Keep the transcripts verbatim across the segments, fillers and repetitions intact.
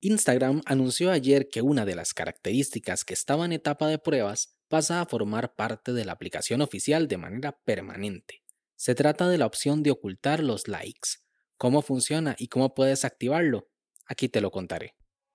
Instagram anunció ayer que una de las características que estaba en etapa de pruebas pasa a formar parte de la aplicación oficial de manera permanente. Se trata de la opción de ocultar los likes. ¿Cómo funciona y cómo puedes activarlo? Aquí te lo contaré.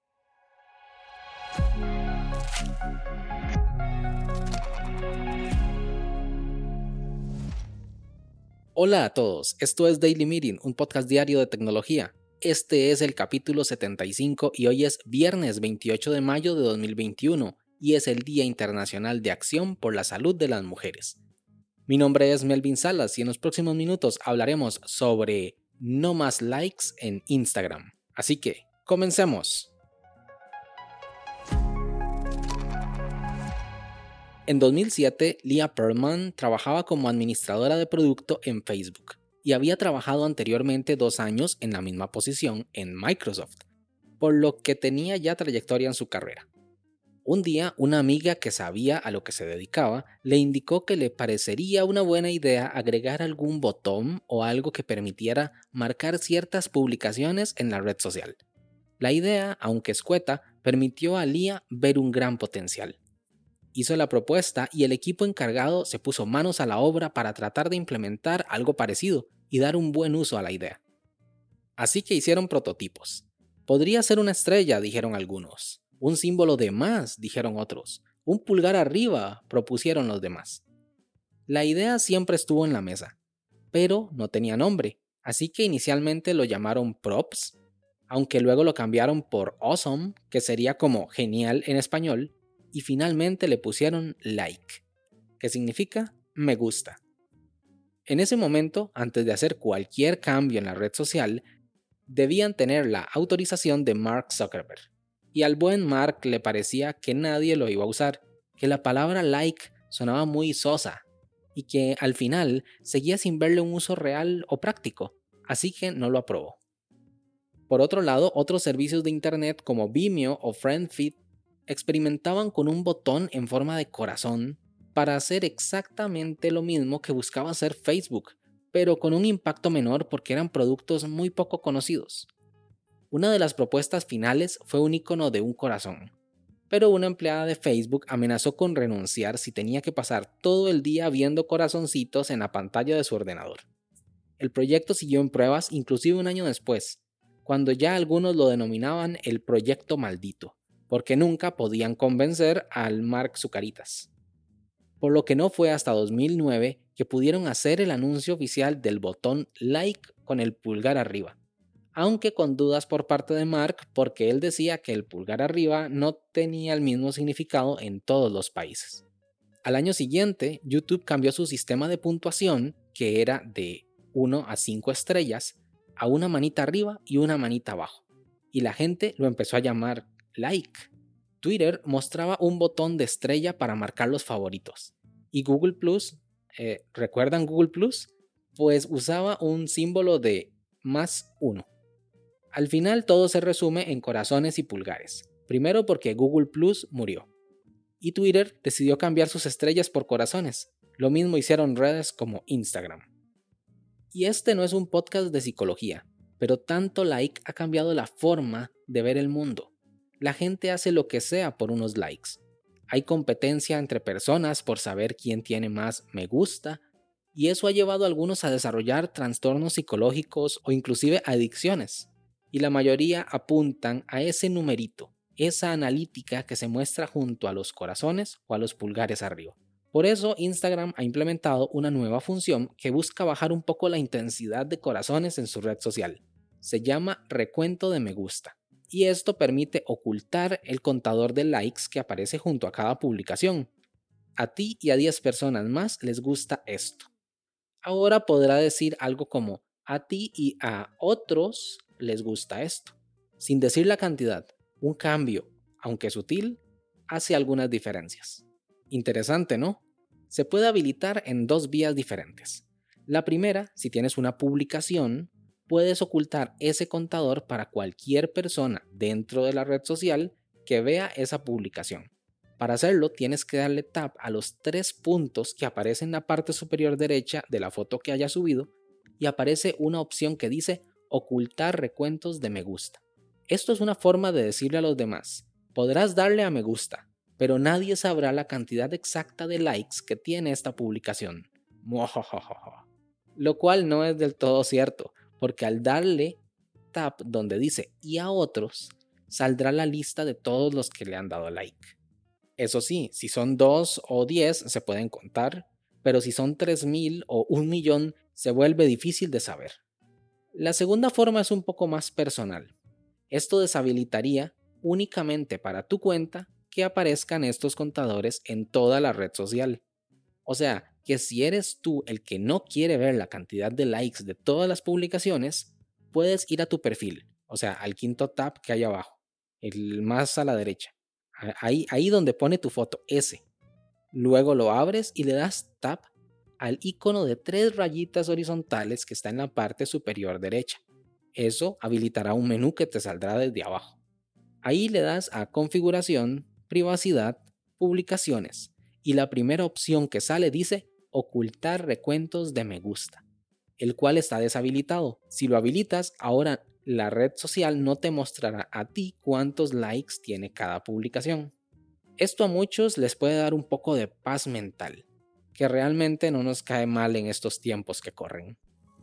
Hola a todos, esto es Daily Meeting, un podcast diario de tecnología. Este es el capítulo setenta y cinco y hoy es viernes veintiocho de mayo de dos mil veintiuno y es el Día Internacional de Acción por la Salud de las Mujeres. Mi nombre es Melvin Salas y en los próximos minutos hablaremos sobre no más likes en Instagram. Así que, comencemos. En dos mil siete, Leah Pearlman trabajaba como administradora de producto en Facebook y había trabajado anteriormente dos años en la misma posición en Microsoft, por lo que tenía ya trayectoria en su carrera. Un día, una amiga que sabía a lo que se dedicaba le indicó que le parecería una buena idea agregar algún botón o algo que permitiera marcar ciertas publicaciones en la red social. La idea, aunque escueta, permitió a Leah ver un gran potencial. Hizo la propuesta y el equipo encargado se puso manos a la obra para tratar de implementar algo parecido y dar un buen uso a la idea. Así que hicieron prototipos. Podría ser una estrella, dijeron algunos. Un símbolo de más, dijeron otros. Un pulgar arriba, propusieron los demás. La idea siempre estuvo en la mesa, pero no tenía nombre, así que inicialmente lo llamaron Props, aunque luego lo cambiaron por Awesome, que sería como genial en español, y finalmente le pusieron Like, que significa me gusta. En ese momento, antes de hacer cualquier cambio en la red social, debían tener la autorización de Mark Zuckerberg. Y al buen Mark le parecía que nadie lo iba a usar, que la palabra like sonaba muy sosa y que al final seguía sin verle un uso real o práctico, así que no lo aprobó. Por otro lado, otros servicios de internet como Vimeo o FriendFeed experimentaban con un botón en forma de corazón para hacer exactamente lo mismo que buscaba hacer Facebook, pero con un impacto menor porque eran productos muy poco conocidos. Una de las propuestas finales fue un icono de un corazón, pero una empleada de Facebook amenazó con renunciar si tenía que pasar todo el día viendo corazoncitos en la pantalla de su ordenador. El proyecto siguió en pruebas inclusive un año después, cuando ya algunos lo denominaban el proyecto maldito, porque nunca podían convencer al Mark Zucaritas. Por lo que no fue hasta dos mil nueve que pudieron hacer el anuncio oficial del botón like con el pulgar arriba, aunque con dudas por parte de Mark porque él decía que el pulgar arriba no tenía el mismo significado en todos los países. Al año siguiente, YouTube cambió su sistema de puntuación, que era de uno a cinco estrellas, a una manita arriba y una manita abajo, y la gente lo empezó a llamar like. Twitter mostraba un botón de estrella para marcar los favoritos. Y Google Plus, eh, ¿recuerdan Google Plus? Pues usaba un símbolo de más uno. Al final todo se resume en corazones y pulgares. Primero porque Google Plus murió. Y Twitter decidió cambiar sus estrellas por corazones. Lo mismo hicieron redes como Instagram. Y este no es un podcast de psicología, pero tanto like ha cambiado la forma de ver el mundo. La gente hace lo que sea por unos likes. Hay competencia entre personas por saber quién tiene más me gusta, y eso ha llevado a algunos a desarrollar trastornos psicológicos o inclusive adicciones. Y la mayoría apuntan a ese numerito, esa analítica que se muestra junto a los corazones o a los pulgares arriba. Por eso Instagram ha implementado una nueva función que busca bajar un poco la intensidad de corazones en su red social. Se llama recuento de me gusta. Y esto permite ocultar el contador de likes que aparece junto a cada publicación. A ti y a diez personas más les gusta esto. Ahora podrá decir algo como a ti y a otros les gusta esto. Sin decir la cantidad, un cambio, aunque sutil, hace algunas diferencias. Interesante, ¿no? Se puede habilitar en dos vías diferentes. La primera, si tienes una publicación, puedes ocultar ese contador para cualquier persona dentro de la red social que vea esa publicación. Para hacerlo, tienes que darle tap a los tres puntos que aparecen en la parte superior derecha de la foto que hayas subido y aparece una opción que dice ocultar recuentos de me gusta. Esto es una forma de decirle a los demás: podrás darle a me gusta, pero nadie sabrá la cantidad exacta de likes que tiene esta publicación. Lo cual no es del todo cierto, porque al darle tap donde dice y a otros, saldrá la lista de todos los que le han dado like. Eso sí, si son dos o diez se pueden contar, pero si son tres mil o un millón se vuelve difícil de saber. La segunda forma es un poco más personal. Esto deshabilitaría únicamente para tu cuenta que aparezcan estos contadores en toda la red social. O sea, que si eres tú el que no quiere ver la cantidad de likes de todas las publicaciones, puedes ir a tu perfil, o sea, al quinto tab que hay abajo, el más a la derecha, ahí, ahí donde pone tu foto, ese. Luego lo abres y le das tap al icono de tres rayitas horizontales que está en la parte superior derecha. Eso habilitará un menú que te saldrá desde abajo. Ahí le das a configuración, privacidad, publicaciones, y la primera opción que sale dice ocultar recuentos de me gusta, el cual está deshabilitado. Si lo habilitas, ahora la red social no te mostrará a ti cuántos likes tiene cada publicación. Esto a muchos les puede dar un poco de paz mental, que realmente no nos cae mal en estos tiempos que corren.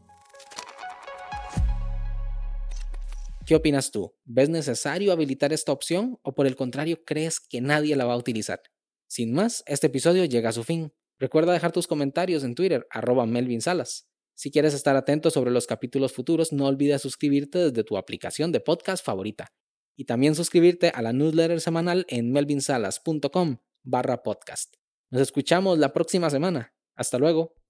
¿Qué opinas tú? ¿Ves necesario habilitar esta opción o por el contrario crees que nadie la va a utilizar? Sin más, este episodio llega a su fin. Recuerda dejar tus comentarios en Twitter, arroba Melvin Salas. Si quieres estar atento sobre los capítulos futuros, no olvides suscribirte desde tu aplicación de podcast favorita. Y también suscribirte a la newsletter semanal en melvinsalas punto com barra podcast. Nos escuchamos la próxima semana. Hasta luego.